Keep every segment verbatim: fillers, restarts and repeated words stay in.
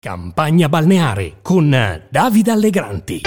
Campagna balneare con Davide Allegranti.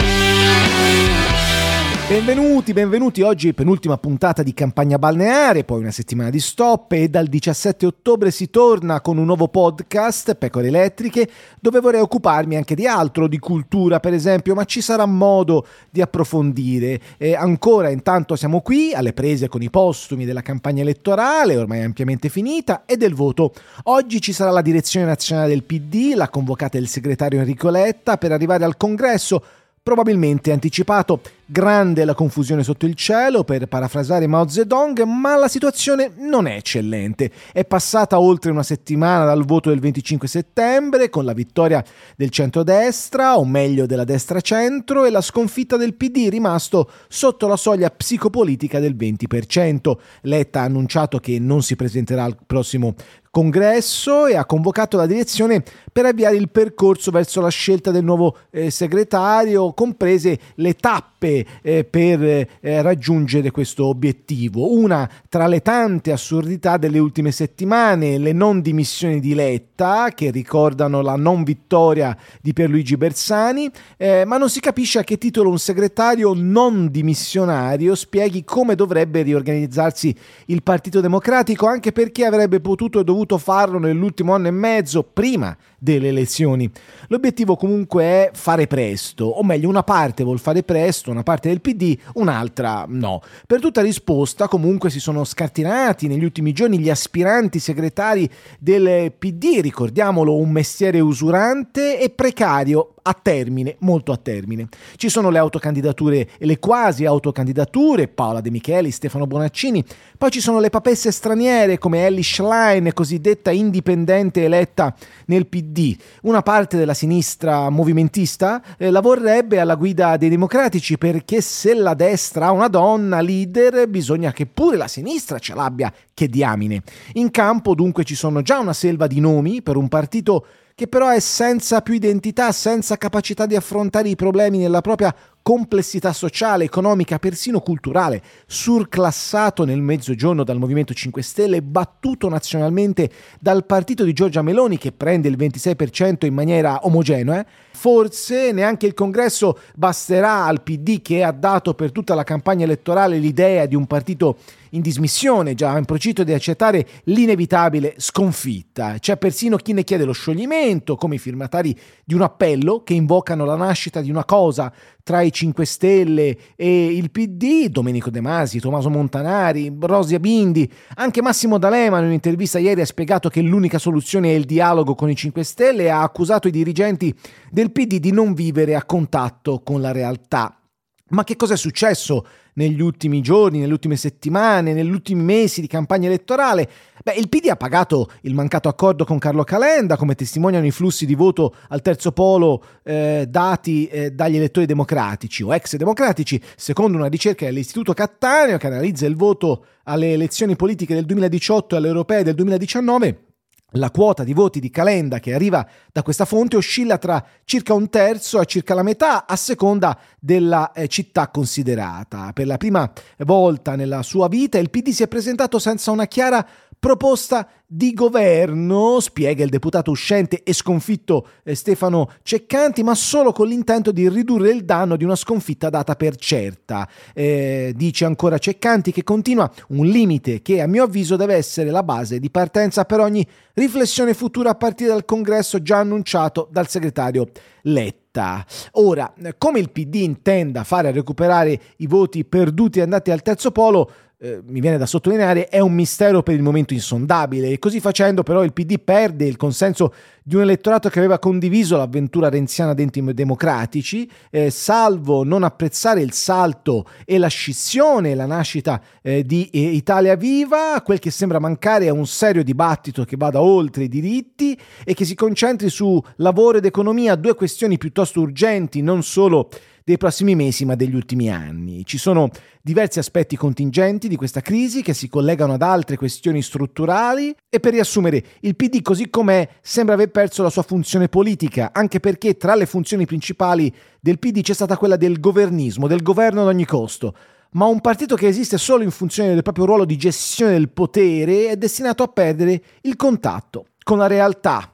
Benvenuti, benvenuti. Oggi penultima puntata di Campagna balneare, poi una settimana di stop e dal diciassette ottobre si torna con un nuovo podcast, Pecore Elettriche, dove vorrei occuparmi anche di altro, di cultura per esempio, ma ci sarà modo di approfondire. E ancora intanto siamo qui alle prese con i postumi della campagna elettorale, ormai ampiamente finita, e del voto. Oggi ci sarà la direzione nazionale del P D, l'ha convocata il segretario Enrico Letta per arrivare al congresso, probabilmente anticipato. Grande la confusione sotto il cielo, per parafrasare Mao Zedong, ma la situazione non è eccellente. È passata oltre una settimana dal voto del venticinque settembre, con la vittoria del centrodestra, o meglio della destra-centro, e la sconfitta del P D, rimasto sotto la soglia psicopolitica del venti per cento. Letta ha annunciato che non si presenterà al prossimo congresso e ha convocato la direzione per avviare il percorso verso la scelta del nuovo eh, segretario, comprese le tappe eh, per eh, raggiungere questo obiettivo. Una tra le tante assurdità delle ultime settimane, le non dimissioni di Letta, che ricordano la non vittoria di Pierluigi Bersani, eh, ma non si capisce a che titolo un segretario non dimissionario spieghi come dovrebbe riorganizzarsi il Partito Democratico, anche perché avrebbe potuto e dovuto farlo nell'ultimo anno e mezzo prima delle elezioni. L'obiettivo comunque è fare presto, o meglio una parte vuol fare presto, una parte del P D, un'altra no. Per tutta risposta comunque si sono scatenati negli ultimi giorni gli aspiranti segretari del P D, ricordiamolo, un mestiere usurante e precario, a termine, molto a termine. Ci sono le autocandidature e le quasi autocandidature, Paola De Micheli, Stefano Bonaccini, poi ci sono le papesse straniere come Elly Schlein, cosiddetta indipendente eletta nel P D. Una parte della sinistra movimentista eh, la vorrebbe alla guida dei democratici, perché se la destra ha una donna leader bisogna che pure la sinistra ce l'abbia, che diamine. In campo dunque ci sono già una selva di nomi per un partito che però è senza più identità, senza capacità di affrontare i problemi nella propria complessità sociale, economica, persino culturale, surclassato nel mezzogiorno dal Movimento cinque Stelle, battuto nazionalmente dal partito di Giorgia Meloni, che prende il ventisei per cento in maniera omogenea. Eh? Forse neanche il congresso basterà al P D, che ha dato per tutta la campagna elettorale l'idea di un partito in dismissione, già in procinto di accettare l'inevitabile sconfitta. C'è persino chi ne chiede lo scioglimento, come i firmatari di un appello che invocano la nascita di una cosa tra i cinque Stelle e il P D, Domenico De Masi, Tommaso Montanari, Rosia Bindi. Anche Massimo D'Alema in un'intervista ieri ha spiegato che l'unica soluzione è il dialogo con i cinque Stelle e ha accusato i dirigenti del P D di non vivere a contatto con la realtà. Ma che cosa è successo negli ultimi giorni, nelle ultime settimane, negli ultimi mesi di campagna elettorale? Beh, il P D ha pagato il mancato accordo con Carlo Calenda, come testimoniano i flussi di voto al terzo polo eh, dati eh, dagli elettori democratici o ex democratici, secondo una ricerca dell'Istituto Cattaneo che analizza il voto alle elezioni politiche del duemiladiciotto e alle europee del duemiladiciannove. La quota di voti di Calenda che arriva da questa fonte oscilla tra circa un terzo a circa la metà, a seconda della eh, città considerata. Per la prima volta nella sua vita il P D si è presentato senza una chiara proposta di governo, spiega il deputato uscente e sconfitto eh, Stefano Ceccanti, ma solo con l'intento di ridurre il danno di una sconfitta data per certa. Eh, dice ancora Ceccanti, che continua un limite che a mio avviso deve essere la base di partenza per ogni riflessione futura a partire dal congresso già annunciato dal segretario Letta. Ora, come il P D intenda fare a recuperare i voti perduti e andati al terzo polo, Eh, mi viene da sottolineare, è un mistero per il momento insondabile, e così facendo però il P D perde il consenso di un elettorato che aveva condiviso l'avventura renziana dentro i democratici, eh, salvo non apprezzare il salto e la scissione, la nascita eh, di eh, Italia Viva. Quel che sembra mancare è un serio dibattito che vada oltre i diritti e che si concentri su lavoro ed economia, due questioni piuttosto urgenti, non solo dei prossimi mesi ma degli ultimi anni. Ci sono diversi aspetti contingenti di questa crisi che si collegano ad altre questioni strutturali e, per riassumere, il P D così com'è sembra aver perso la sua funzione politica, anche perché tra le funzioni principali del P D c'è stata quella del governismo, del governo ad ogni costo. Ma un partito che esiste solo in funzione del proprio ruolo di gestione del potere è destinato a perdere il contatto con la realtà.